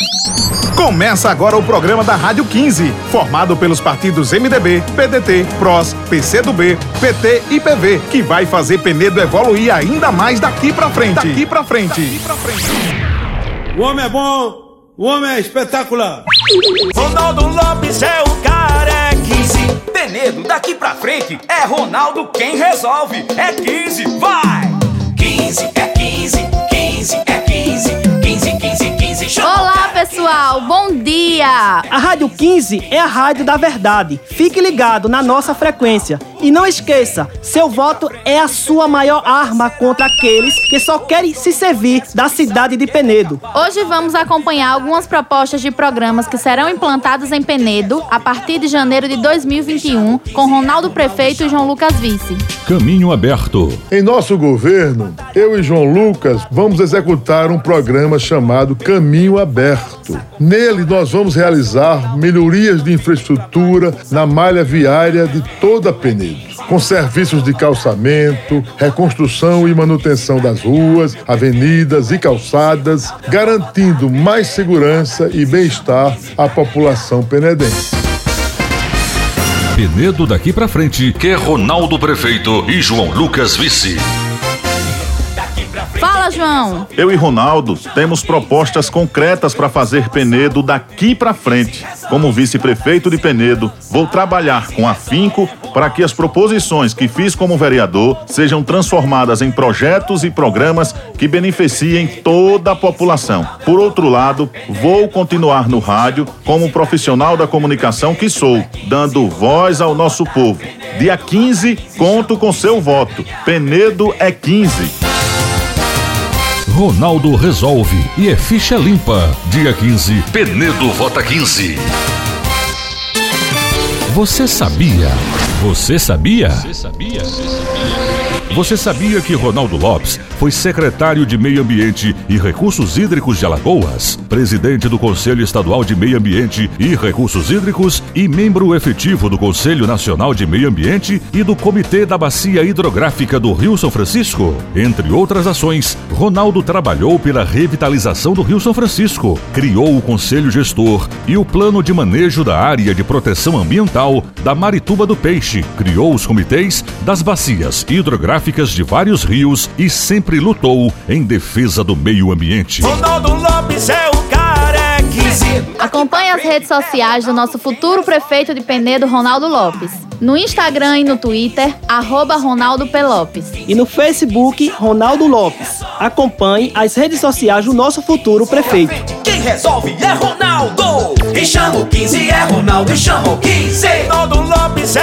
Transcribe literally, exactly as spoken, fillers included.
Começa agora o programa da Rádio quinze, formado pelos partidos M D B, P D T, P R O S, P C do B, P T e P V, que vai fazer Penedo evoluir ainda mais daqui pra frente. Daqui pra frente. Daqui pra frente. O homem é bom, o homem é espetacular. Ronaldo Lopes é o cara, é quinze. Penedo daqui pra frente é Ronaldo quem resolve. É quinze, vai! quinze é quinze, quinze é quinze, quinze, quinze, quinze. Olá, pessoal, bom dia! A Rádio quinze é a rádio da verdade. Fique ligado na nossa frequência. E não esqueça, seu voto é a sua maior arma contra aqueles que só querem se servir da cidade de Penedo. Hoje vamos acompanhar algumas propostas de programas que serão implantados em Penedo a partir de janeiro de dois mil e vinte e um, com Ronaldo Prefeito e João Lucas Vice. Caminho Aberto. Em nosso governo, eu e João Lucas vamos executar um programa chamado Caminho Aberto. Nele, nós vamos realizar melhorias de infraestrutura na malha viária de toda Penedo, com serviços de calçamento, reconstrução e manutenção das ruas, avenidas e calçadas, garantindo mais segurança e bem-estar à população penedense. Penedo daqui pra frente, que é Ronaldo Prefeito e João Lucas Vice. Fala, João! Eu e Ronaldo temos propostas concretas para fazer Penedo daqui para frente. Como vice-prefeito de Penedo, vou trabalhar com afinco para que as proposições que fiz como vereador sejam transformadas em projetos e programas que beneficiem toda a população. Por outro lado, vou continuar no rádio como profissional da comunicação que sou, dando voz ao nosso povo. Dia quinze, conto com seu voto. Penedo é quinze. Ronaldo resolve e é ficha limpa. Dia quinze, Penedo vota quinze. Você sabia? Você sabia? Você sabia? Você sabia que Ronaldo Lopes foi secretário de Meio Ambiente e Recursos Hídricos de Alagoas, presidente do Conselho Estadual de Meio Ambiente e Recursos Hídricos e membro efetivo do Conselho Nacional de Meio Ambiente e do Comitê da Bacia Hidrográfica do Rio São Francisco? Entre outras ações, Ronaldo trabalhou pela revitalização do Rio São Francisco, criou o Conselho Gestor e o Plano de Manejo da Área de Proteção Ambiental da Marituba do Peixe, criou os comitês das bacias hidrográficas de vários rios e sempre lutou em defesa do meio ambiente. Ronaldo Lopes é o cara, é quinze. Acompanhe as redes sociais do nosso futuro prefeito de Penedo, Ronaldo Lopes. No Instagram e no Twitter, arroba Ronaldo P. Lopes. E no Facebook, Ronaldo Lopes. Acompanhe as redes sociais do nosso futuro prefeito. Quem resolve é Ronaldo. E chama o quinze, é Ronaldo, e chama o quinze. Ronaldo Lopes é